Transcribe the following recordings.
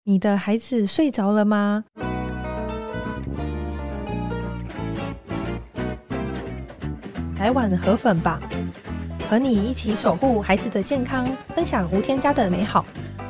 你的孩子睡着了吗？来碗河粉吧，和你一起守护孩子的健康，分享无添加的美好。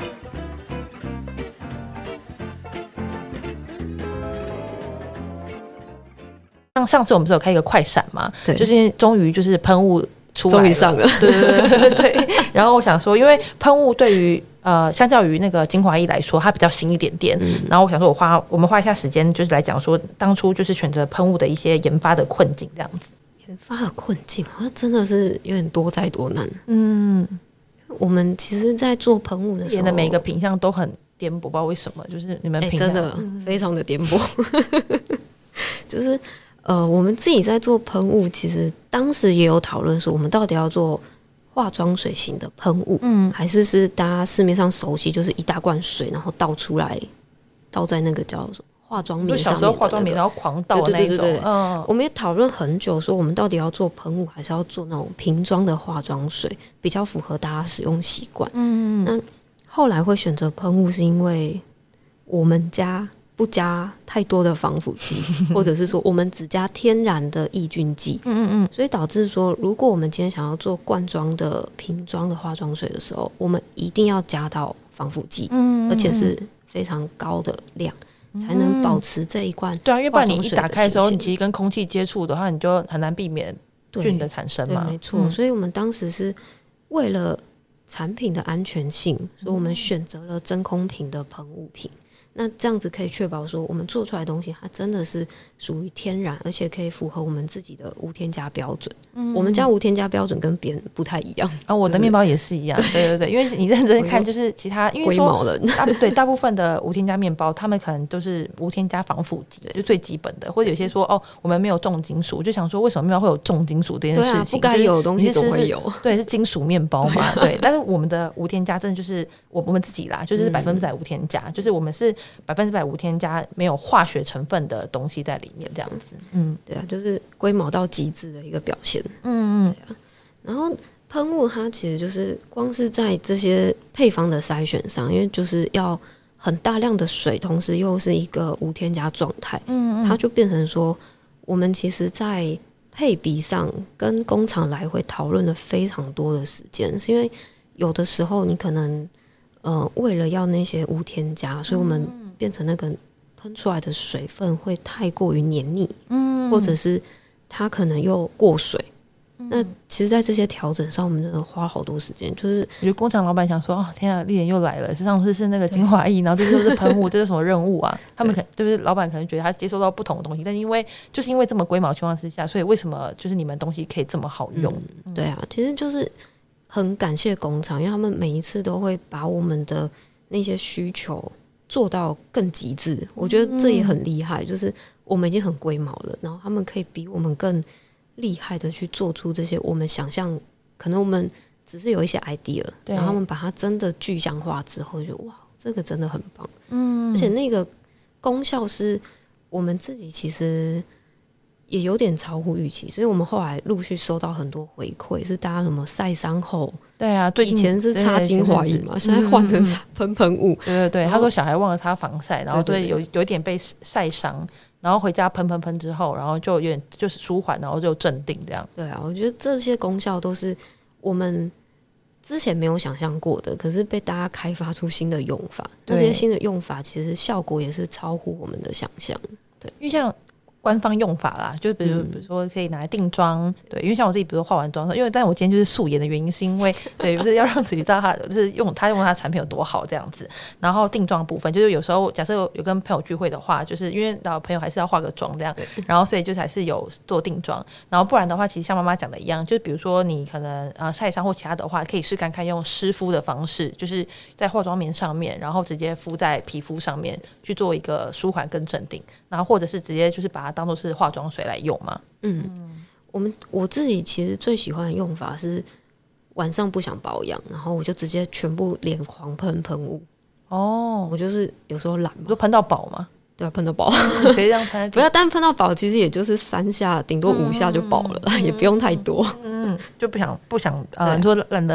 像上次我们不是有开一个快闪嘛？ 对， 就是终于就是喷雾出来了， 终于上了。 对。然后我想说，因为喷雾对于相较于那个精华液来说，它比较新一点点。然后我想说我们花一下时间，就是来讲说当初就是选择喷雾的一些研发的困境，这样子。 研发的困境，它真的是有点多灾多难。我们其实，在做喷雾的时候， 演的每一个品项都很颠簸，不知道为什么，就是你们品项真的非常的颠簸。就是我们自己在做喷雾，其实当时也有讨论说，我们到底要做化妆水型的喷雾，还是大家市面上熟悉，就是一大罐水，然后倒出来，倒在那个叫什么化妆棉上面的、那个， 就小时候化妆棉然后狂倒的那一种。 对，我们也讨论很久，说我们到底要做喷雾，还是要做那种瓶装的化妆水，比较符合大家使用习惯。那后来会选择喷雾，是因为我们家不加太多的防腐剂，或者是说我们只加天然的抑菌剂，所以导致说，如果我们今天想要做罐装的瓶装的化妆水的时候，我们一定要加到防腐剂，而且是非常高的量，才能保持这一罐。 对啊，因为不然你一打开的时候，你其实跟空气接触的话，你就很难避免菌的产生嘛。 对，没错。所以我们当时是为了产品的安全性，所以我们选择了真空瓶的喷雾瓶。那这样子可以确保说，我们做出来的东西它真的是属于天然，而且可以符合我们自己的无添加标准。我们家无添加标准跟别人不太一样。 我的面包也是一样。对，因为你认真看，就是其他因为说大部分的无添加面包，他们可能都是无添加防腐剂，就最基本的，或者有些说我们没有重金属，就想说为什么面包会有重金属这件事情？ 不该有的东西都会有。 对，是金属面包嘛？对，但是我们的无添加真的就是我们自己啦，就是100%无添加，就是我们是100%无添加，没有化学成分的东西在里面，这样子。 对啊，就是龟毛到极致的一个表现。对啊。然后喷雾它其实就是光是在这些配方的筛选上，因为就是要很大量的水，同时又是一个无添加状态，它就变成说，我们其实在配比上跟工厂来回讨论了非常多的时间，是因为有的时候你可能为了要那些无添加，所以我们变成那个喷出来的水分会太过于黏腻，或者是它可能又过水。那其实在这些调整上我们真的花好多时间，就是我觉得工厂老板想说天啊，丽莲又来了，上次是那个精华液，然后这次是喷雾，这是什么任务啊？他们就是老板可能觉得他接收到不同的东西，但因为这么龟毛情况之下，所以为什么就是你们东西可以这么好用？ 对啊，其实就是很感谢工厂，因为他们每一次都会把我们的那些需求做到更极致，我觉得这也很厉害，就是我们已经很龟毛了，然后他们可以比我们更厉害的去做出这些我们想象，可能我们只是有一些 idea， 然后他们把它真的具象化之后，就哇，这个真的很棒。而且那个功效是我们自己其实也有点超乎预期，所以我们后来陆续收到很多回馈，是大家什么晒伤后， 对啊， 以前是擦精华液嘛，现在换成擦喷雾。 对，他说小孩忘了擦防晒，然后对有一点被晒伤。然后回家喷之后，然后就有点就是舒缓，然后就镇定这样。 对啊，我觉得这些功效都是我们之前没有想象过的，可是被大家开发出新的用法。那这些新的用法其实效果也是超乎我们的想象。对， 因为像官方用法啦，就比如说可以拿来定妆，对，因为像我自己，比如说化完妆，但我今天就是素颜的原因，是因为对，就是要让自己知道他就是用他的产品有多好这样子。然后定妆部分，就是有时候假设有跟朋友聚会的话，就是因为朋友还是要化个妆这样，然后所以就是还是有做定妆。然后不然的话，其实像妈妈讲的一样，就是比如说你可能晒伤或其他的话，可以试看看用湿敷的方式，就是在化妆棉上面，然后直接敷在皮肤上面去做一个舒缓跟镇定，然后或者是直接就是把它当作是化妆水来用嘛。 我自己其实最喜欢的用法是晚上不想保养，然后我就直接全部脸狂喷雾。我就是有时候懒嘛， 就喷到饱嘛。 对啊，喷到饱。 可以这样喷， 不要，但喷到饱其实也就是3下，顶多5下就饱了，也不用太多。 就不想你说懒得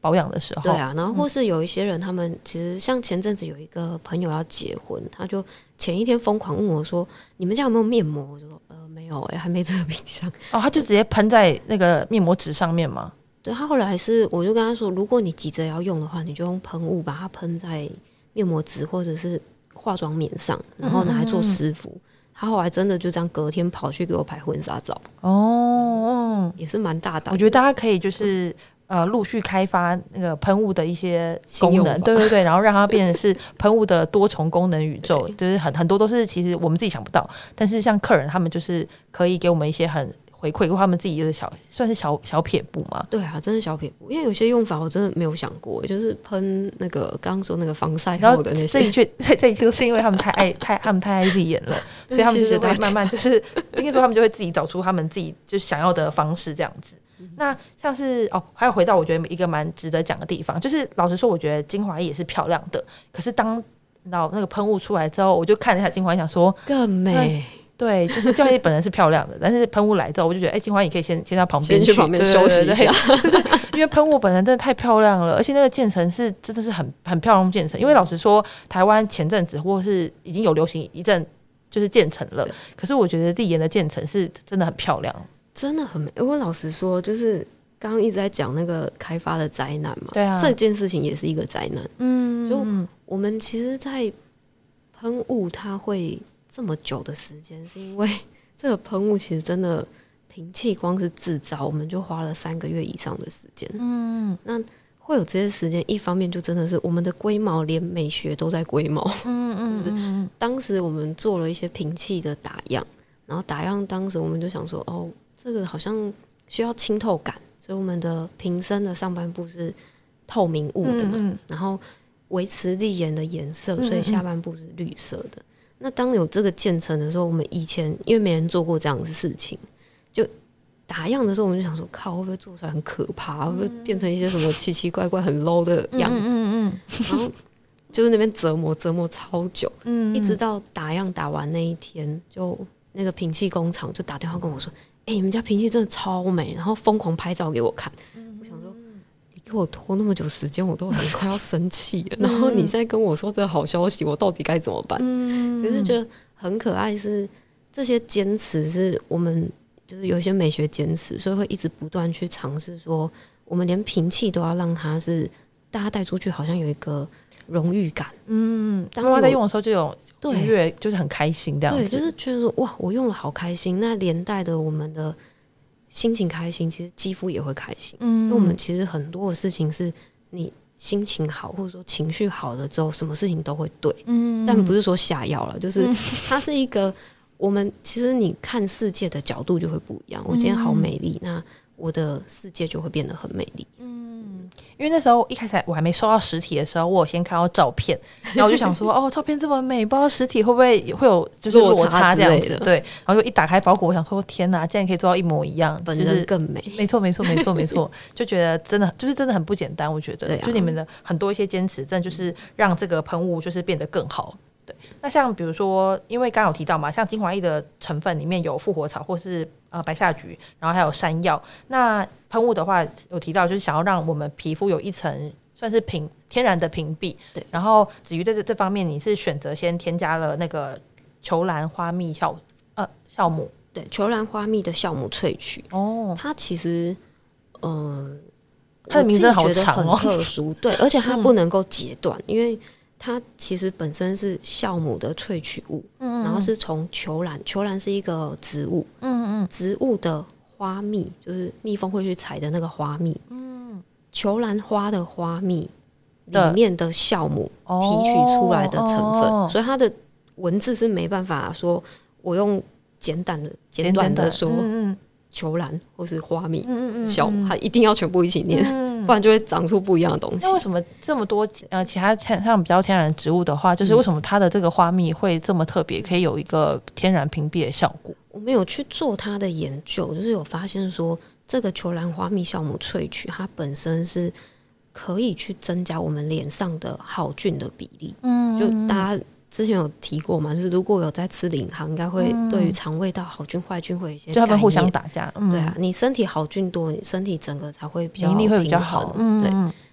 保养的时候。 对啊，然后或是有一些人，他们其实像前阵子有一个朋友要结婚，他就前一天疯狂问我说：“你们家有没有面膜？”我就说：“没有还没这个品项。” 哦，他就直接喷在那个面膜纸上面吗？ 对，他后来是我就跟他说，如果你急着要用的话，你就用喷雾把它喷在面膜纸或者是化妆棉上，然后拿来做湿敷。他后来真的就这样隔天跑去给我拍婚纱照。哦，也是蛮大胆的。 我觉得大家可以就是陆续开发那个喷雾的一些功能，对对对，然后让它变成是喷雾的多重功能宇宙，就是很多都是其实我们自己想不到，但是像客人他们就是可以给我们一些很回馈过他们自己的算是小撇步嘛。对啊，真的小撇步，因为有些用法我真的没有想过，就是喷那个刚刚说那个防晒后的那些， 这一切都是因为他们太爱自己演了，所以他们就是会慢慢就是应该说他们就会自己找出他们自己就想要的方式这样子。那像是还有回到我觉得一个蛮值得讲的地方，就是老实说我觉得精华液也是漂亮的，可是当那个喷雾出来之后，我就看了一下精华液想说更美。 对，就是精华液本人是漂亮的，但是喷雾来之后，我就觉得精华液可以先到旁边去旁边休息一下， 因为喷雾本人真的太漂亮了，而且那个渐层是真的是很漂亮渐层。因为老实说，台湾前阵子或是已经有流行一阵就是渐层了，可是我觉得丽妍的渐层是真的很漂亮， 真的很美。我老实说，就是刚刚一直在讲那个开发的灾难嘛， 对啊， 这件事情也是一个灾难。就我们其实，在喷雾它会这么久的时间，是因为这个喷雾其实真的瓶器光是制造，我们就花了3个月以上的时间。那会有这些时间，一方面就真的是我们的龟毛，连美学都在龟毛。当时我们做了一些瓶器的打样，然后打样当时我们就想说，这个好像需要清透感，所以我们的瓶身的上半部是透明雾的嘛，然后维持丽妍的颜色，所以下半部是绿色的。那当有这个渐层的时候，我们以前因为没人做过这样的事情，就打样的时候，我们就想说，靠，会不会做出来很可怕？会不会变成一些什么奇奇怪怪、很 low 的样子？然后就是那边折磨超久，一直到打样打完那一天，就那个瓶器工厂就打电话跟我说：“你们家瓶器真的超美！”然后疯狂拍照给我看。我想说，你给我拖那么久时间，我都很快要生气了。然后你现在跟我说这个好消息，我到底该怎么办？可是觉得很可爱，是这些坚持是我们就是有一些美学坚持，所以会一直不断去尝试说，我们连瓶器都要让它是大家带出去，好像有一个荣誉感。 当我在用的时候就有愉悦，就是很开心这样子。 对，就是觉得说哇，我用了好开心。那连带的我们的心情开心，其实肌肤也会开心。因为我们其实很多的事情是你心情好，或者说情绪好了之后，什么事情都会对。但不是说下药了，就是它是一个我们其实你看世界的角度就会不一样。我今天好美丽，那我的世界就会变得很美丽。 因为那时候一开始我还没收到实体的时候，我有先看到照片，然后我就想说照片这么美，不知道实体会不会有就是落差这样子。对，然后就一打开包裹，我想说天哪，竟然可以做到一模一样， 本人更美。 没错，就觉得真的很不简单。我觉得，就你们的很多一些坚持，真的就是让这个喷雾就是变得更好。对，那像比如说，因为刚刚有提到嘛，像精华液的成分里面有复活草或是白下菊，然后还有山药。那喷雾的话有提到，就是想要让我们皮肤有一层算是天然的屏蔽。对，然后至于这方面，你是选择先添加了那个球兰花蜜酵母。 对，球兰花蜜的酵母萃取。它其实它的名字好长很特殊。对，而且它不能够截断，因为它其实本身是酵母的萃取物，然后是从球兰是一个植物，植物的花蜜就是蜜蜂会去采的那个花蜜，球兰花的花蜜里面的酵母提取出来的成分，所以它的文字是没办法说我用简短的说球兰或是花蜜是酵母，它一定要全部一起念，不然就会长出不一样的东西。 那为什么这么多其他像比较天然的植物的话，就是为什么它的这个花蜜会这么特别，可以有一个天然屏蔽的效果？ 我们有去做它的研究，就是有发现说，这个球兰花蜜酵母萃取，它本身是可以去增加我们脸上的好菌的比例。就大家之前有提过嘛，就是如果有在吃领航，应该会对于肠胃道好菌坏菌会有一些概念， 就他们互相打架。 对啊，你身体好菌多，你身体整个才会比较免疫力会比较好。 对，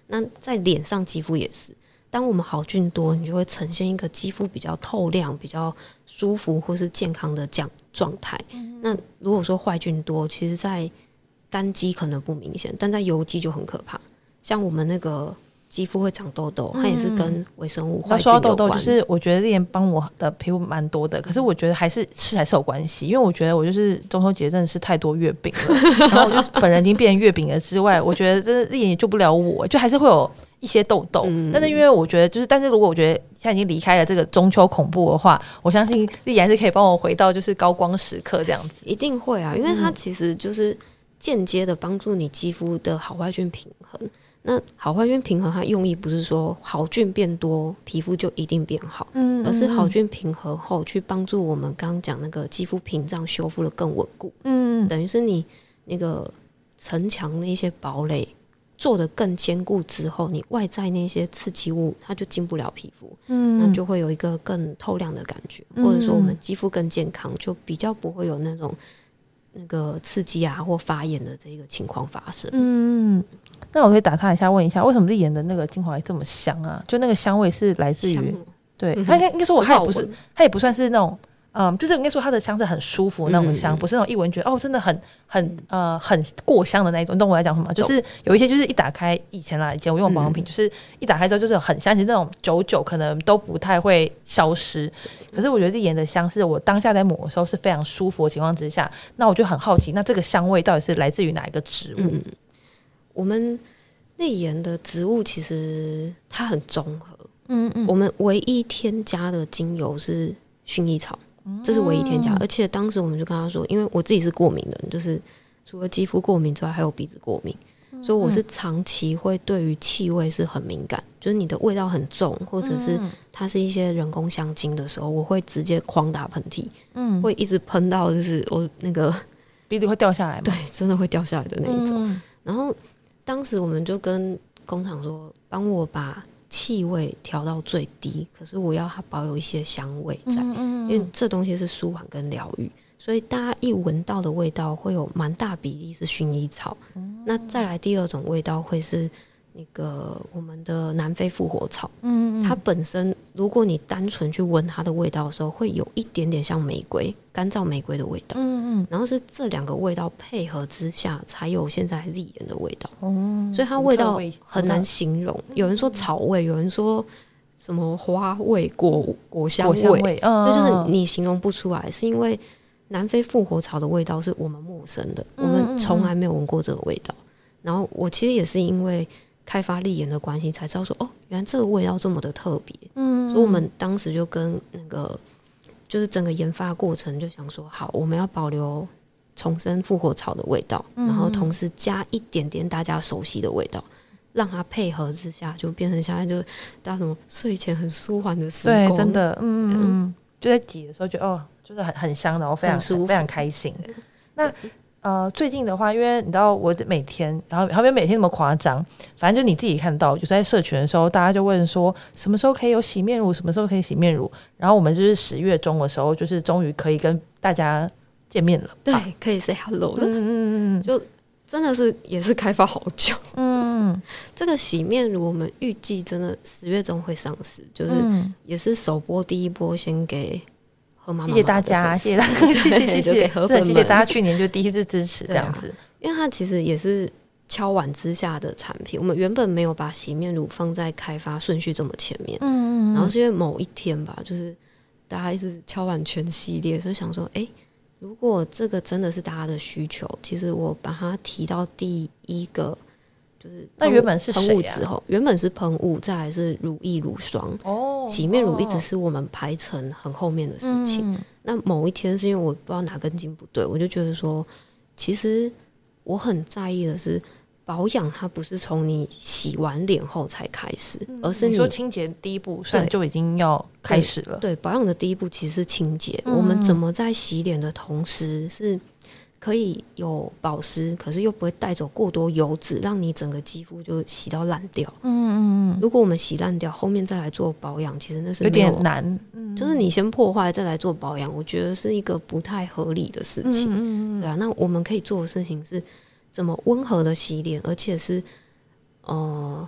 那在脸上肌肤也是，当我们好菌多，你就会呈现一个肌肤比较透亮、比较舒服或是健康的这样状态。那如果说坏菌多，其实在干肌可能不明显，但在油肌就很可怕。像我们那个肌肤会长痘痘，它也是跟微生物坏菌有关。 说到痘痘，就是我觉得丽妍帮我的皮肤蛮多的，可是我觉得还是有关系，因为我觉得我就是中秋节真的是太多月饼了，然后我就本人已经变成月饼了之外，我觉得真的丽妍也救不了我，就还是会有一些痘痘。但是因为我觉得就是，但是如果我觉得现在已经离开了这个中秋恐怖的话，我相信丽妍是可以帮我回到就是高光时刻这样子。 一定会啊，因为它其实就是间接的帮助你肌肤的好坏菌平衡。那好坏菌平衡，它用意不是说好菌变多，皮肤就一定变好，而是好菌平衡后去帮助我们刚刚讲那个肌肤屏障修复的更稳固。等于是你那个城墙那些堡垒做得更坚固之后，你外在那些刺激物它就进不了皮肤，那就会有一个更透亮的感觉，或者说我们肌肤更健康，就比较不会有那种那个刺激啊或发炎的这个情况发生。 那我可以打岔一下，问一下，为什么丽妍的那个精华液这么香啊？就那个香味是来自于，对，它应该说它也不算是那种，就是应该说它的香是很舒服那种香，不是那种一闻觉得真的很过香的那一种。你懂我在讲什么？就是有一些就是一打开，以前我用保养品，就是一打开之后就是很香，其实那种久可能都不太会消失。可是我觉得丽妍的香是我当下在抹的时候是非常舒服的情况之下，那我就很好奇，那这个香味到底是来自于哪一个植物？ 我们丽妍的植物其实它很综合，我们唯一添加的精油是薰衣草，这是唯一添加。而且当时我们就跟他说，因为我自己是过敏人，就是除了肌肤过敏之外，还有鼻子过敏，所以我是长期会对于气味是很敏感，就是你的味道很重，或者是它是一些人工香精的时候，我会直接狂打喷嚏，会一直喷到就是我那个鼻子会掉下来吗？ 对，真的会掉下来的那一种。然后当时我们就跟工厂说，帮我把气味调到最低，可是我要它保有一些香味在，因为这东西是舒缓跟疗愈，所以大家一闻到的味道会有蛮大比例是薰衣草。那再来第二种味道会是那个我们的南非复活草，它本身如果你单纯去闻它的味道的时候，会有一点点像玫瑰，干燥玫瑰的味道，然后是这两个味道配合之下，才有现在丽妍的味道，所以它味道很难形容。有人说草味，有人说什么花味、果香味，所以就是你形容不出来，是因为南非复活草的味道是我们陌生的，我们从来没有闻过这个味道。然后我其实也是因为开发丽妍的关系，才知道说原来这个味道这么的特别。所以我们当时就跟那个就是整个研发过程就想说，好，我们要保留重生复活草的味道，然后同时加一点点大家熟悉的味道，让它配合之下，就变成现在就大家什么睡前很舒缓的时光。 对，真的，就在挤的时候觉得就是很香，然后非常舒服，非常开心。那最近的话，因为你知道我每天，然后没有每天那么夸张，反正就你自己看到，就在社群的时候，大家就问说什么时候可以有洗面乳，什么时候可以洗面乳。然后我们就是10月中的时候，就是终于可以跟大家见面了， 对，可以 say hello 的，就真的是也是开发好久。这个洗面乳我们预计真的10月中会上市，就是也是首播第一波先给。 谢谢大家，谢谢大家，谢谢大家去年就第一次支持这样子。 因为它其实也是敲碗之下的产品，我们原本没有把洗面乳放在开发顺序这么前面，然后是因为某一天吧，就是大家一直敲碗全系列，所以想说，如果这个真的是大家的需求，其实我把它提到第一个。就是那原本是喷雾之后，原本是喷雾，再来是乳液、乳霜。洗面乳一直是我们排成很后面的事情。那某一天是因为我不知道哪根筋不对，我就觉得说，其实我很在意的是保养，它不是从你洗完脸后才开始，而是你说清洁第一步算就已经要开始了。 对，保养的第一步其实是清洁。我们怎么在洗脸的同时是可以有保湿，可是又不会带走过多油脂，让你整个肌肤就洗到烂掉。如果我们洗烂掉，后面再来做保养，其实那是有点难。 就是你先破坏再来做保养，我觉得是一个不太合理的事情。对啊，那我们可以做的事情是怎么温和的洗脸，而且是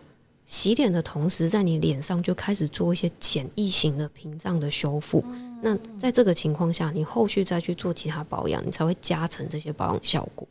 洗脸的同时，在你脸上就开始做一些简易型的屏障的修复。那在这个情况下，你后续再去做其他保养，你才会加成这些保养效果。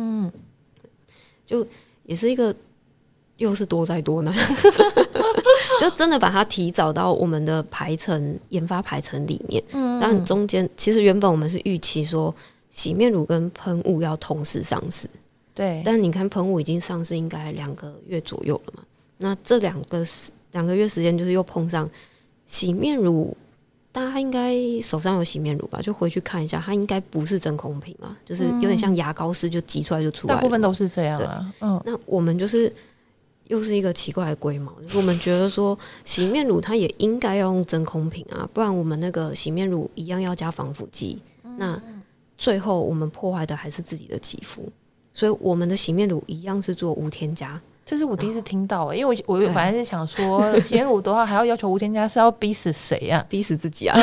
就也是一个又是多灾多难，就真的把它提早到我们的研发排程里面。但中间其实原本我们是预期说洗面乳跟喷雾要同时上市， 对。 但你看喷雾已经上市应该2个月左右了嘛，那这两个月时间就是又碰上洗面乳。大家应该手上有洗面乳吧？就回去看一下，它应该不是真空瓶嘛，就是有点像牙膏似，就挤出来就出来了。 大部分都是这样啊。 那我们就是又是一个奇怪的龟毛，就是我们觉得说洗面乳它也应该要用真空瓶啊，不然我们那个洗面乳一样要加防腐剂。那最后我们破坏的还是自己的肌肤，所以我们的洗面乳一样是做无添加。这是我第一次听到因为我本来是想说洗面乳的话还要求无添加，是要逼死谁啊？ 逼死自己啊！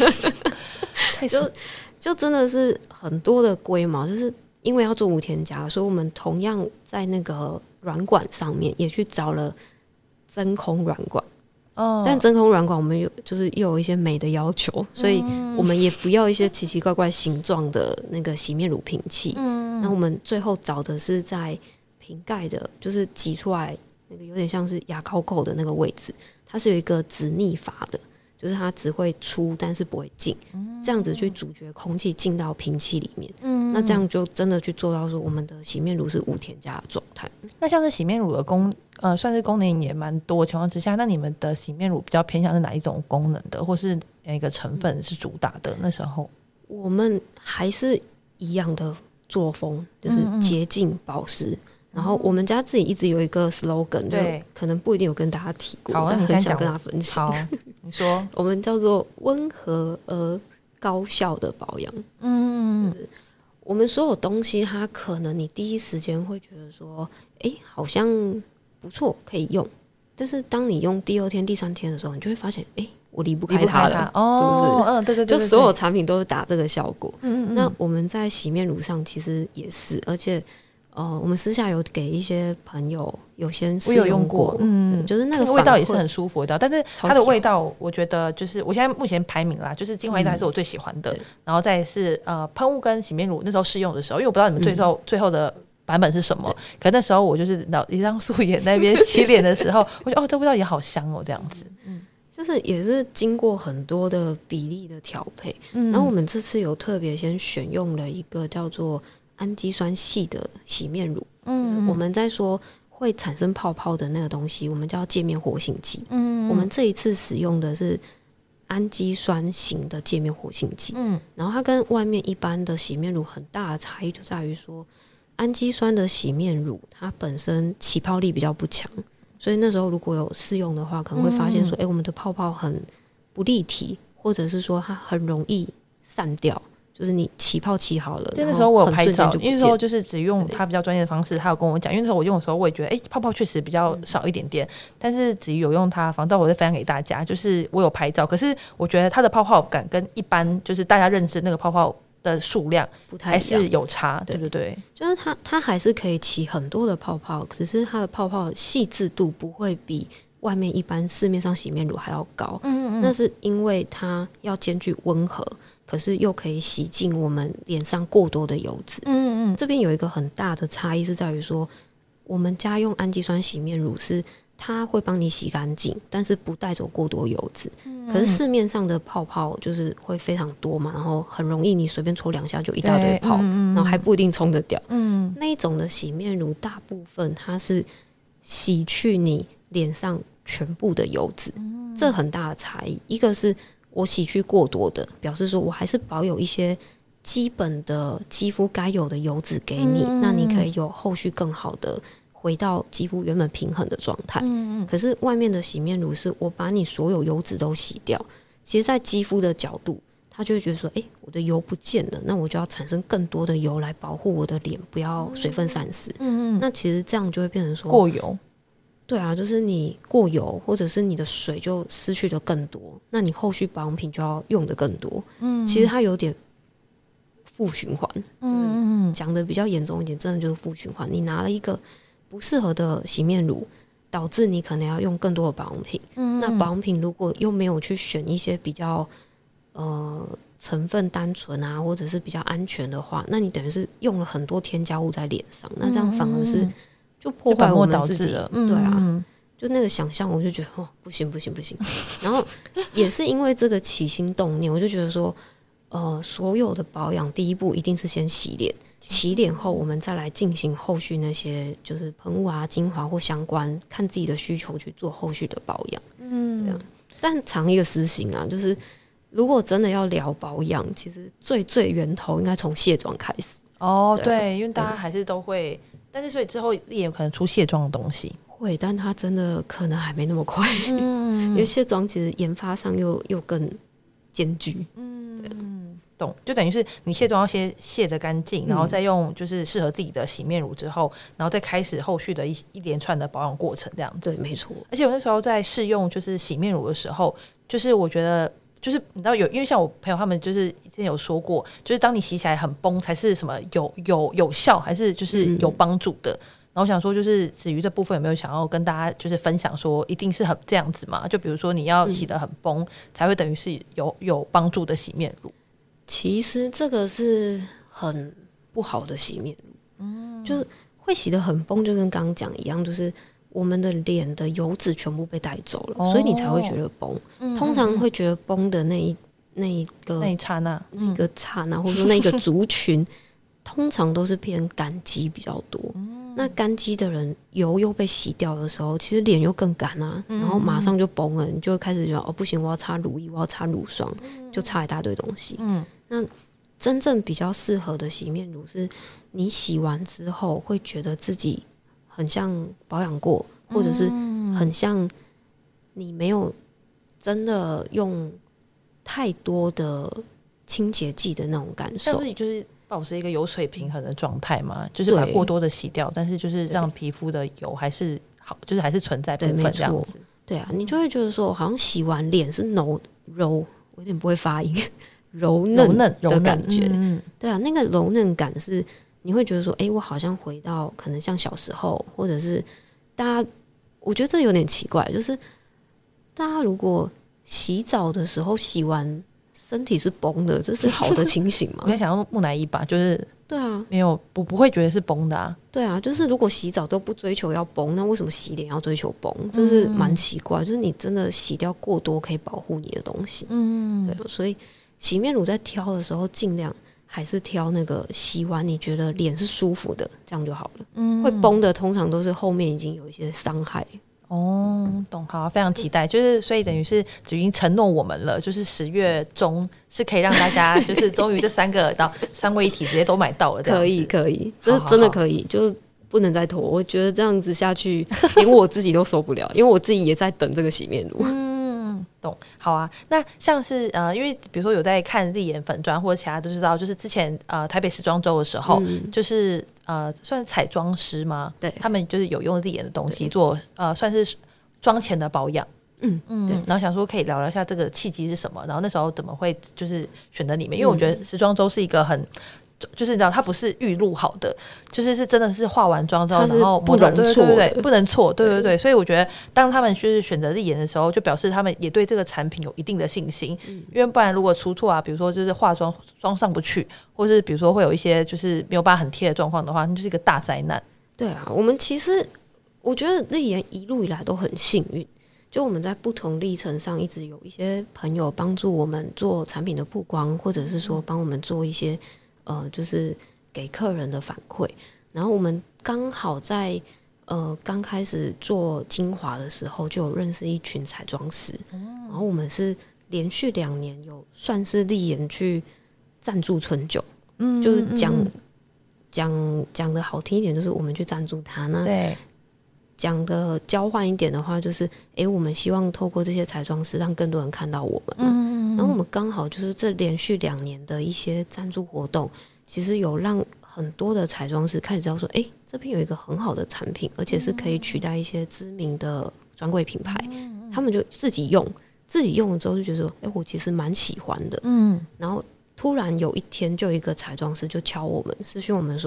就真的是很多的龟毛，就是因为要做无添加，所以我们同样在那个软管上面也去找了真空软管。但真空软管我们就是又有一些美的要求，所以我们也不要一些奇奇怪怪形状的那个洗面乳瓶器。那我们最后找的是在瓶盖的，就是挤出来那个有点像是牙膏扣的那个位置，它是有一个止逆阀的，就是它只会出但是不会进，这样子去阻绝空气进到瓶器里面。那这样就真的去做到说我们的洗面乳是无添加的状态。 那像是洗面乳的算是功能也蛮多的情况之下，那你们的洗面乳比较偏向是哪一种功能的，或是哪一个成分是主打的？那时候我们还是一样的作风，就是洁净保湿。然后我们家自己一直有一个 slogan， 对，可能不一定有跟大家提过，但很想跟大家分享。 好，你说， 我们叫做温和而高效的保养。就是我们所有东西，它可能你第一时间会觉得说，好像不错，可以用。但是当你用第2天、第3天的时候，你就会发现，我离不开它了，是不是？对，就所有产品都是打这个效果。那我们在洗面乳上其实也是，而且。我们私下有给一些朋友有先试用过，就是那个味道也是很舒服的，但是它的味道，我觉得就是我现在目前排名啦，就是精华液还是我最喜欢的，然后再是喷雾跟洗面乳那时候试用的时候，因为我不知道你们最后的版本是什么，可那时候我就是一张素颜那边洗脸的时候，我觉得这味道也好香这样子， 就是也是经过很多的比例的调配，然后我们这次有特别先选用了一个叫做氨基酸系的洗面乳，我们在说会产生泡泡的那个东西，我们叫界面活性剂。我们这一次使用的是氨基酸型的界面活性剂，然后它跟外面一般的洗面乳很大的差异就在于说，氨基酸的洗面乳它本身起泡力比较不强，所以那时候如果有试用的话，可能会发现说，我们的泡泡很不立体，或者是说它很容易散掉。就是你起泡起好了， 那时候我有拍照，因为那时候就是只用他比较专业的方式，他有跟我讲，因为那时候我用的时候我也觉得泡泡确实比较少一点点，但是只有用它防照我再分享给大家，就是我有拍照，可是我觉得它的泡泡感跟一般就是大家认知那个泡泡的数量还是有差，对不对？ 就是它还是可以起很多的泡泡，只是它的泡泡细致度不会比外面一般市面上洗面乳还要高，那是因为它要兼具温和，可是又可以洗净我们脸上过多的油脂。这边有一个很大的差异是在于说，我们家用氨基酸洗面乳是它会帮你洗干净，但是不带走过多油脂。可是市面上的泡泡就是会非常多嘛，然后很容易你随便搓2下就一大堆泡，然后还不一定冲得掉。那一种的洗面乳大部分它是洗去你脸上全部的油脂，这很大的差异。一个是我洗去过多的，表示说我还是保有一些基本的肌肤该有的油脂给你，那你可以有后续更好的回到肌肤原本平衡的状态。可是外面的洗面乳是我把你所有油脂都洗掉，其实在肌肤的角度他就会觉得说我的油不见了，那我就要产生更多的油来保护我的脸不要水分散失。那其实这样就会变成说过油。 对啊，就是你过油或者是你的水就失去的更多，那你后续保养品就要用的更多。其实它有点负循环，就是讲的比较严重一点，真的就是负循环。你拿了一个不适合的洗面乳， 导致你可能要用更多的保养品。那保养品如果又没有去选一些比较成分单纯啊，或者是比较安全的话，那你等于是用了很多添加物在脸上，那这样反而是就破坏我们自己。对啊，就那个想象，我就觉得不行不行不行。然后也是因为这个起心动念，我就觉得说，所有的保养第一步一定是先洗脸。洗脸后，我们再来进行后续那些就是喷雾啊、精华或相关，看自己的需求去做后续的保养。对啊。但尝一个私心啊，就是如果真的要聊保养，其实最源头应该从卸妆开始。 对，因为大家还是都会，但是所以之后也有可能出卸妆的东西。 会，但它真的可能还没那么快。因为卸妆其实研发上又更艰巨。 懂，就等于是你卸妆要先卸得干净，然后再用就是适合自己的洗面乳之后，然后再开始后续的一连串的保养过程这样子。 对，没错。 而且我那时候在试用就是洗面乳的时候，就是我觉得就是你知道因为像我朋友他们就是之前有说过，就是当你洗起来很崩才是什么有效还是就是有帮助的。然后我想说，就是子瑜这部分有没有想要跟大家就是分享说，一定是很这样子嘛？就比如说你要洗得很崩，才会等于是有帮助的洗面乳。 其实这个是很不好的洗面乳，就会洗得很崩，就跟刚刚讲一样，就是我们的脸的油脂全部被带走了，所以你才会觉得崩。通常会觉得崩的那一刹那， 或者说那一个族群，通常都是偏干肌比较多。那干肌的人油又被洗掉的时候，其实脸又更干啊，然后马上就崩了，你就会开始觉得不行，我要擦乳液，我要擦乳霜，就擦一大堆东西。那真正比较适合的洗面乳是你洗完之后会觉得自己很像保养过，或者是很像你没有真的用太多的清洁剂的那种感受。 但是就是保持一个油水平衡的状态嘛，就是把过多的洗掉，但是就是让皮肤的油还是好，就是还是存在部分这样子。 对啊，你就会觉得说好像洗完脸是柔，我有点不会发音，柔嫩的感觉。对啊，那个柔嫩感是你会觉得说我好像回到可能像小时候，或者是大家我觉得这有点奇怪，就是大家如果洗澡的时候洗完身体是崩的，这是好的情形吗？ 我在想用木乃伊吧，就是对啊， 没有不会觉得是崩的啊。 对啊，就是如果洗澡都不追求要崩，那为什么洗脸要追求崩？这是蛮奇怪，就是你真的洗掉过多可以保护你的东西。对啊，所以洗面乳在挑的时候，尽量还是挑那个洗完你觉得脸是舒服的，这样就好了。会崩的通常都是后面已经有一些伤害。 懂，好，非常期待。就是所以等于是子瑜承诺我们了，就是10月中是可以让大家就是终于这三位一体直接都买到了这样子。 可以，这真的可以，就不能再拖。我觉得这样子下去，连我自己都受不了，因为我自己也在等这个洗面乳。 懂，好啊。那像是因为比如说有在看立眼粉专或者其他都知道，就是之前台北时装周的时候，就是算是彩妆师吗？对，他们就是有用立眼的东西做算是妆前的保养。对。然后想说可以聊聊一下这个契机是什么，然后那时候怎么会就是选择你们？因为我觉得时装周是一个很。就是你知道，它不是预录好的，就是真的是化完妆之后，然后不能错， 对，不能错，对。所以我觉得，当他们就是选择立眼的时候，就表示他们也对这个产品有一定的信心。因为不然如果出错啊，比如说就是化妆上不去，或是比如说会有一些就是没有办法很贴的状况的话，那就是一个大灾难。 对啊，我们其实我觉得立眼一路以来都很幸运。就我们在不同历程上，一直有一些朋友帮助我们做产品的曝光，或者是说帮我们做一些就是给客人的反馈。然后我们刚好在刚开始做精华的时候，就有认识一群彩妆师。然后我们是连续2年有算是立眼去赞助春酒。就是讲的好听一点，就是我们去赞助他呢。对。讲的交换一点的话，就是我们希望透过这些彩妆师让更多人看到我们嘛。然后我们刚好就是这连续2年的一些赞助活动，其实有让很多的彩妆师开始知道说，这边有一个很好的产品，而且是可以取代一些知名的专柜品牌。他们就自己用了之后就觉得说，我其实蛮喜欢的。然后突然有一天就有一个彩妆师就敲我们私讯我们说，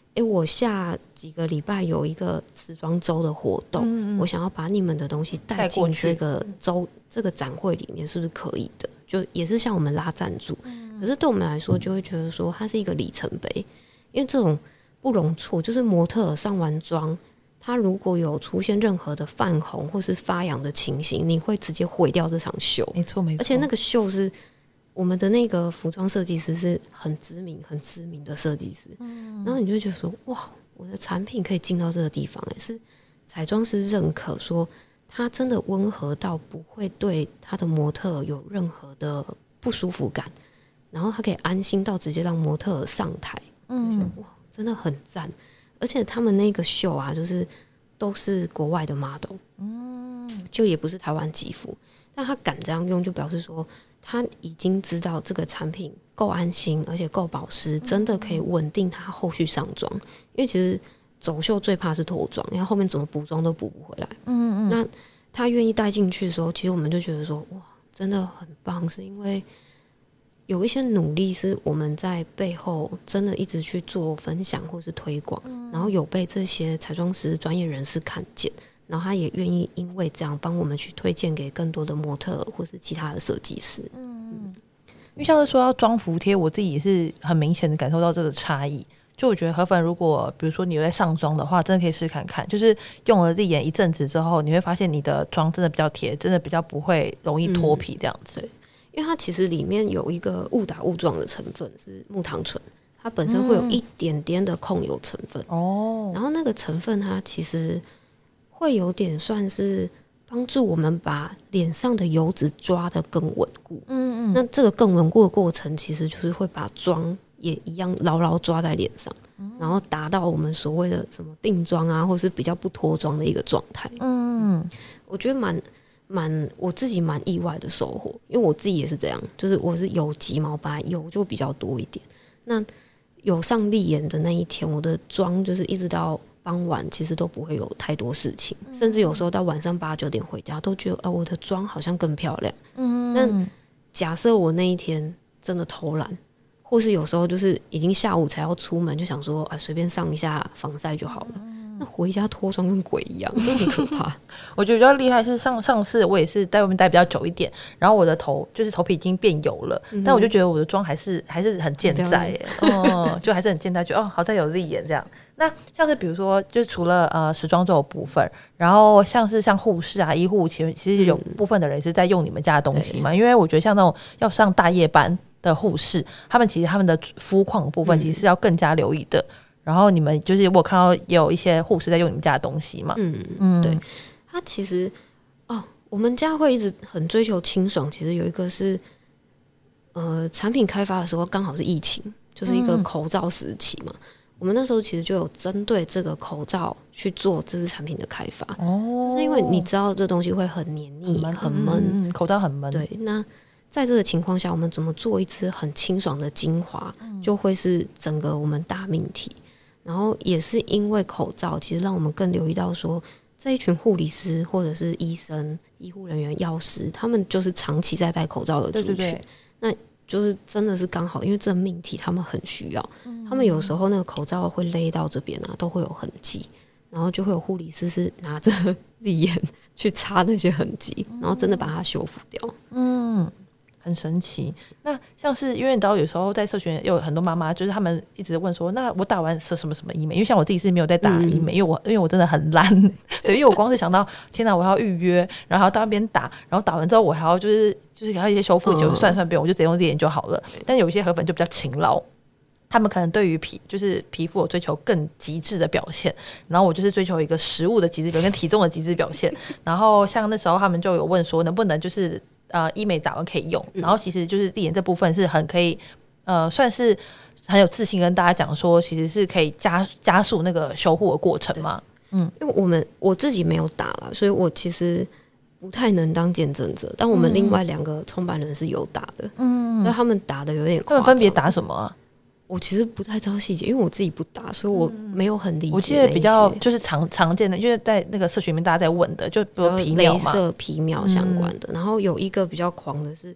我下几个礼拜有一个时装周的活动，我想要把你们的东西带进这个周这个展会里面，是不是可以的？就也是像我们拉赞助，可是对我们来说就会觉得说它是一个里程碑，因为这种不容错，就是模特上完妆，他如果有出现任何的泛红或是发痒的情形，你会直接毁掉这场秀。 没错没错， 而且那个秀是我们的那个服装设计师是很知名的设计师，然后你就会觉得说，哇，我的产品可以进到这个地方，是彩妆师认可说它真的温和到不会对他的模特有任何的不舒服感，然后他可以安心到直接让模特上台，哇，真的很赞。而且他们那个秀啊，就是都是国外的 model，就也不是台湾肌肤，但他敢这样用，就表示说他已经知道这个产品够安心，而且够保湿，真的可以稳定他后续上妆。因为其实走秀最怕是脱妆，因为后面怎么补妆都补不回来。那他愿意带进去的时候，其实我们就觉得说，哇，真的很棒，是因为有一些努力是我们在背后真的一直去做分享或是推广，然后有被这些彩妆师专业人士看见，然后他也愿意因为这样帮我们去推荐给更多的模特或是其他的设计师。 因为像是说到妆服贴，我自己也是很明显的感受到这个差异。就我觉得河粉如果比如说你有在上妆的话，真的可以试看看，就是用了丽颜一阵子之后，你会发现你的妆真的比较贴，真的比较不会容易脱皮这样子。 因为它其实里面有一个误打误撞的成分是木糖醇，它本身会有一点点的控油成分，然后那个成分它其实会有点算是帮助我们把脸上的油脂抓得更稳固。那这个更稳固的过程，其实就是会把妆也一样牢牢抓在脸上，然后达到我们所谓的什么定妆啊，或是比较不脱妆的一个状态。我觉得我自己蛮意外的收获，因为我自己也是这样，就是我是有急毛，本来油就比较多一点。那有上丽颜的那一天，我的妆就是一直到傍晚其实都不会有太多事情，甚至有时候到晚上8、9点回家都觉得我的妆好像更漂亮。那假设我那一天真的偷懒，或是有时候就是已经下午才要出门，就想说随便上一下防晒就好了，那回家脱妆跟鬼一样，真的很可怕。 我觉得比较厉害是上次我也是在外面待比较久一点，然后我的头皮已经变油了，但我就觉得我的妆还是很健在耶，就还是很健在，觉得好在有丽颜这样。那像是比如说，就是除了时装这种部分，然后像护士啊、医护，其实有部分的人是在用你们家的东西嘛，因为我觉得像那种要上大夜班的护士，他们其实他们的肤况部分其实是要更加留意的。然后你们就是我看到也有一些护士在用你们家的东西嘛， 对，他其实我们家会一直很追求清爽。其实有一个是产品开发的时候刚好是疫情，就是一个口罩时期嘛。我们那时候其实就有针对这个口罩去做这支产品的开发，就是因为你知道这东西会很黏腻、很闷， 口罩很闷。 对，那在这个情况下，我们怎么做一支很清爽的精华，就会是整个我们大命题。然后也是因为口罩，其实让我们更留意到说，这一群护理师或者是医生、医护人员、药师，他们就是长期在戴口罩的族群。那就是真的是刚好，因为这命题他们很需要，他们有时候那个口罩会勒到这边啊，都会有痕迹，然后就会有护理师是拿着丽颜去擦那些痕迹，然后真的把它修复掉。 很神奇。那像是因为你知道有时候在社群有很多妈妈就是他们一直问说，那我打完什么什么医美，因为像我自己是没有在打医美，因为我真的很懒对，因为我光是想到天哪我要预约，然后要到那边打，然后打完之后我还要就是给他一些修复就算不用，我就直接用丽颜就好了。但有一些河粉就比较勤劳，他们可能对于皮肤有追求更极致的表现，然后我就是追求一个食物的极致表现跟体重的极致表现。然后像那时候他们就有问说能不能就是医美打完可以用，然后其实就是丽颜这部分是很可以算是很有自信跟大家讲说其实是可以加速那个修护的过程嘛。 因为我自己没有打啦，所以我其实不太能当见证者，但我们另外2个创办人是有打的，所以他们打的有点夸张。 他们分别打什么啊？ 我其实不太知道细节，因为我自己不打，所以我没有很理解。 我记得比较就是常见的，因为在那个社群里面大家在问的，就比如皮秒嘛， 雷射皮秒相关的。然后有一个比较狂的是，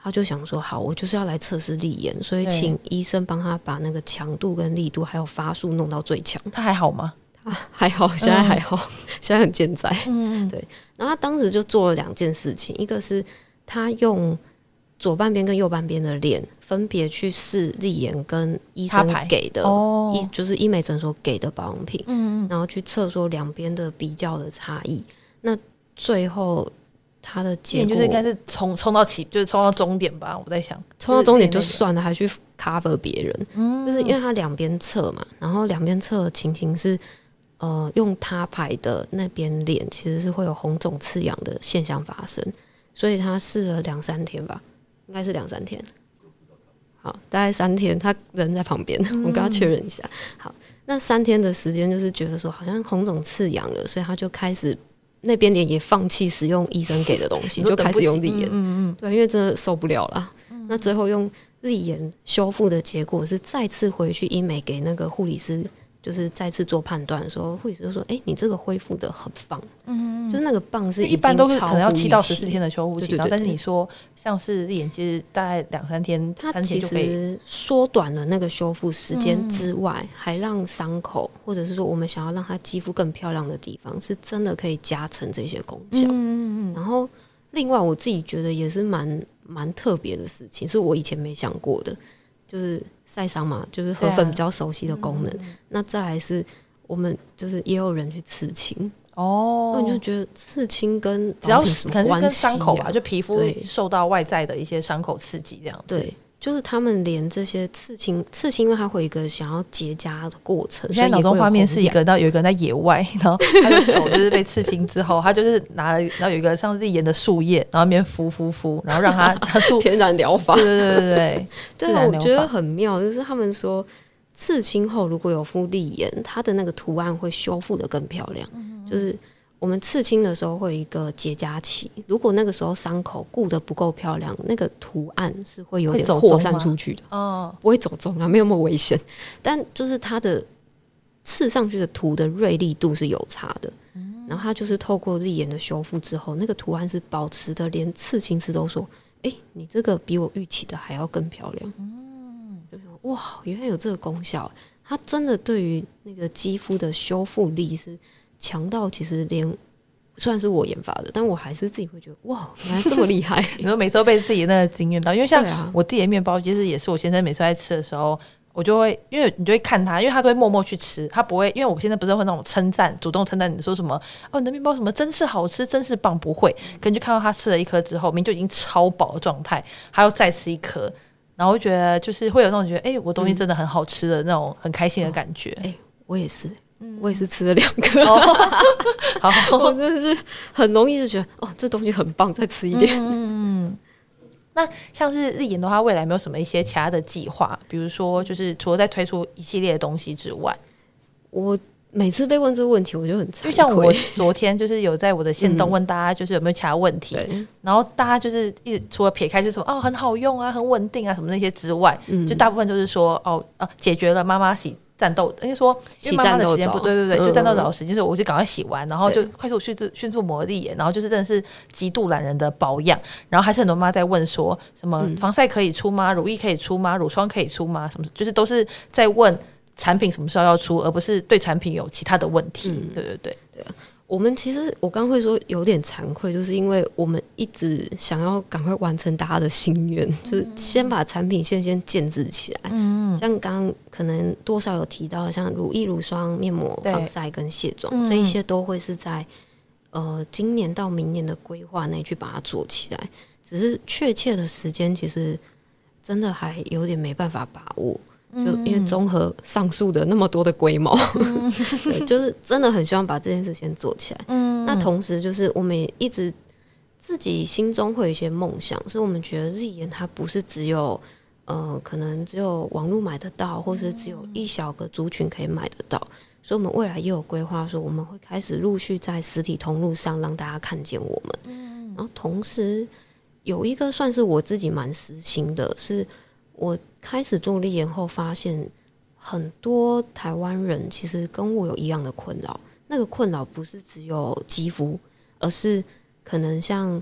他就想说好，我就是要来测试力盐，所以请医生帮他把那个强度跟力度还有发数弄到最强。 他还好吗？ 他还好，现在还好，现在很健在。对。然后他当时就做了2件事情，一个是他用左半边跟右半边的脸分别去试力盐跟医生给的就是医美诊所给的保养品，然后去测说2边的比较的差异。那最后他的结果就是应该是冲到就是冲到终点吧，我在想冲到终点就算了，还去 cover 别人，就是因为他2边测嘛，然后2边测的情形是用他排的那边脸其实是会有红肿刺痒的现象发生，所以他试了2-3天吧，应该是2-3天，好，大概3天，他人在旁边，我跟他确认一下。好，那3天的时间就是觉得说好像红肿刺痒了，所以他就开始那边脸也放弃使用医生给的东西，就开始用力盐。对，因为真的受不了了。那最后用力盐修复的结果是再次回去医美给那个护理师，就是再次做判断的时候，护理师就说：“你这个恢复的很棒。”就是那个棒是一般都是可能要7到14天的修复期，但是你说像是力盐，其实大概2-3天， 它其实缩短了那个修复时间之外，还让伤口或者是说我们想要让它肌肤更漂亮的地方，是真的可以加成这些功效。然后另外我自己觉得也是蛮特别的事情，是我以前没想过的，就是晒伤嘛，就是河粉比较熟悉的功能。那再来是我们就是也有人去刺青。那你就觉得刺青跟只要可能是跟伤口吧，就皮肤受到外在的一些伤口刺激这样子。 对，就是他们连这些刺青，因为它会有一个想要结痂的过程。 现在脑中画面是有一个人在野外，然后他的手就是被刺青之后，他就是拿了，然后有一个像是盐的树叶，然后那边敷，然后让它天然疗法。 对， 我觉得很妙，就是他们说刺青后如果有敷力盐，它的那个图案会修复的更漂亮。就是我们刺青的时候会有一个结痂期，如果那个时候伤口顾得不够漂亮，那个图案是会有点扩散出去的。不会走中啊，没有那么危险，但就是它的刺上去的图的锐利度是有差的。然后它就是透过力盐的修复之后，那个图案是保持的，连刺青师都说：“你这个比我预期的还要更漂亮。”就说哇，原来有这个功效，它真的对于那个肌肤的修复力是强到其实连虽然是我研发的，但我还是自己会觉得哇，原来这么厉害。 你说每次都被自己那个惊艳到，因为像我自己的面包，其实也是我先生每次在吃的时候，我就会因为你就会看他，因为他都会默默去吃，他不会，因为我现在不是会那种称赞，主动称赞你说什么你的面包什么真是好吃，真是棒，不会，可能就看到他吃了1颗之后，明明就已经超饱的状态，还要再吃1颗，然后我觉得就是会有那种觉得我东西真的很好吃的那种很开心的感觉。 我也是。我也是吃了2颗，好，我真的是很容易就觉得这东西很棒，再吃一点。 那像是力盐的话，未来没有什么一些其他的计划，比如说就是除了再推出一系列的东西之外， 我每次被问这个问题，我就很惭愧。 就像我昨天就是有在我的限动问大家，就是有没有其他问题，然后大家就是除了撇开就是什么很好用啊、很稳定啊什么那些之外，就大部分就是说解决了妈妈洗战斗，应该说因为妈妈的时间不对，就战斗澡的时间，就是我就赶快洗完，然后就快速迅速抹力盐，然后就是真的是极度懒人的保养。然后还是很多妈在问说什么防晒可以出吗？乳液可以出吗？乳霜可以出吗？什么就是都是在问产品什么时候要出，而不是对产品有其他的问题。对啊。 我们其实我刚会说有点惭愧，就是因为我们一直想要赶快完成大家的心愿，就是先把产品线先建制起来。像刚刚可能多少有提到，像乳液、乳霜、面膜、防晒跟卸妆，这一些都会是在今年到明年的规划内去把它做起来。只是确切的时间，其实真的还有点没办法把握。就因为综合上述的那么多的规模，对，就是真的很希望把这件事先做起来。那同时就是我们也一直自己心中会有一些梦想，是我们觉得力盐它不是只有可能只有网络买得到，或是只有一小个族群可以买得到，所以我们未来也有规划说我们会开始陆续在实体通路上让大家看见我们。然后同时有一个算是我自己蛮私心的，是我开始做力盐后发现很多台湾人其实跟我有一样的困扰，那个困扰不是只有肌肤，而是可能像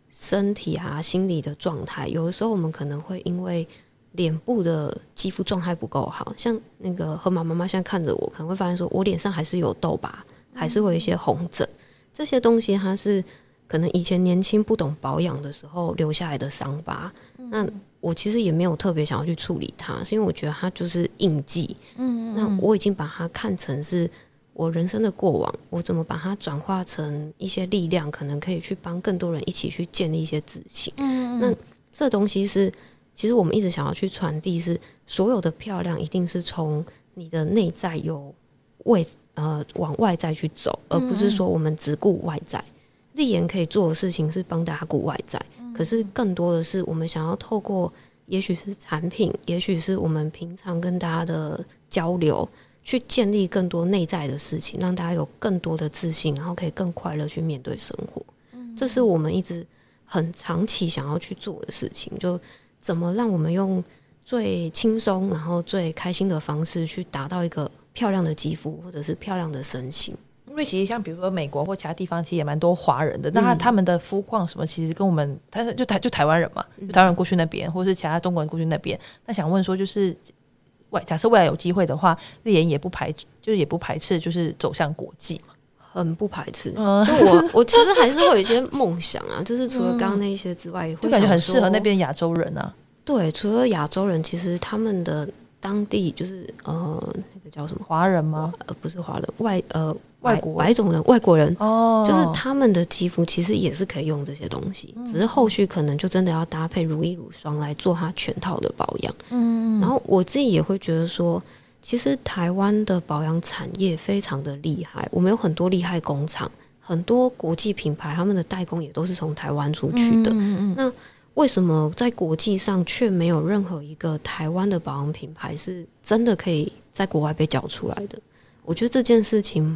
身体啊、心理的状态，有的时候我们可能会因为脸部的肌肤状态不够好，像那个河马妈妈现在看着我，可能会发现说我脸上还是有痘疤，还是会有一些红疹，这些东西它是可能以前年轻不懂保养的时候留下来的伤疤。那我其实也没有特别想要去处理它，是因为我觉得它就是印记。那我已经把它看成是我人生的过往，我怎么把它转化成一些力量，可能可以去帮更多人一起去建立一些自信。那这东西是其实我们一直想要去传递，是所有的漂亮一定是从你的内在有往外在去走，而不是说我们只顾外在。立言可以做的事情是帮大家顾外在，可是更多的是我们想要透过也许是产品，也许是我们平常跟大家的交流，去建立更多内在的事情，让大家有更多的自信，然后可以更快乐去面对生活。这是我们一直很长期想要去做的事情，就怎么让我们用最轻松然后最开心的方式去达到一个漂亮的肌肤或者是漂亮的身形。 因为其实像比如说美国或其他地方其实也蛮多华人的，那他们的肤况什么其实跟我们就台湾人嘛，就台湾人过去那边或是其他中国人过去那边，那想问说就是假设未来有机会的话，立言也不排斥就是走向国际嘛？ 很不排斥，就我其实还是会有一些梦想啊，就是除了刚刚那一些之外，也会就感觉很适合那边亚洲人啊。 对，除了亚洲人，其实他们的当地就是那个叫什么华人吗？ 不是华人， 外国白种人、外国人， 就是他们的肌肤其实也是可以用这些东西，只是后续可能就真的要搭配乳液、乳霜来做它全套的保养。然后我自己也会觉得说，其实台湾的保养产业非常的厉害，我们有很多厉害工厂，很多国际品牌他们的代工也都是从台湾出去的。那为什么在国际上却没有任何一个台湾的保养品牌是真的可以在国外被叫出来的？我觉得这件事情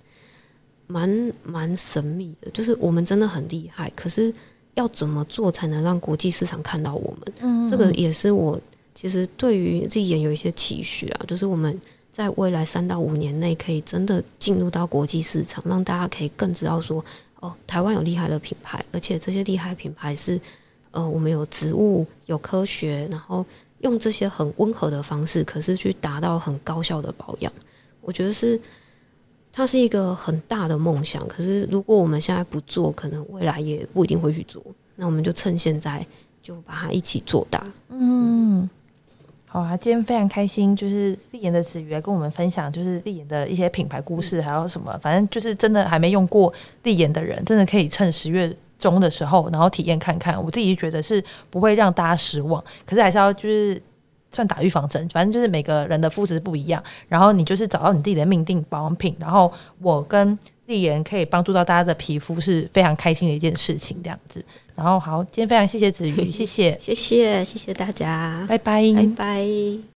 蛮神秘的，就是我们真的很厉害，可是要怎么做才能让国际市场看到我们？这个也是我其实对于自己也有一些期许啊，就是我们在未来3到5年内可以真的进入到国际市场，让大家可以更知道说，台湾有厉害的品牌，而且这些厉害品牌是我们有植物、有科学，然后用这些很温和的方式，可是去达到很高效的保养。我觉得它是一个很大的梦想，可是如果我们现在不做，可能未来也不一定会去做。那我们就趁现在就把它一起做大。 好啊，今天非常开心，就是立言的子瑜来跟我们分享，就是立言的一些品牌故事，还有什么，反正就是真的还没用过立言的人，真的可以趁10月中的时候，然后体验看看。我自己觉得是不会让大家失望，可是还是要就是算打预防针，反正就是每个人的肤质不一样，然后你就是找到你自己的命定保养品，然后我跟立言可以帮助到大家的皮肤，是非常开心的一件事情，这样子。然后好，今天非常谢谢子瑜，谢谢谢谢大家， 拜拜， 拜拜。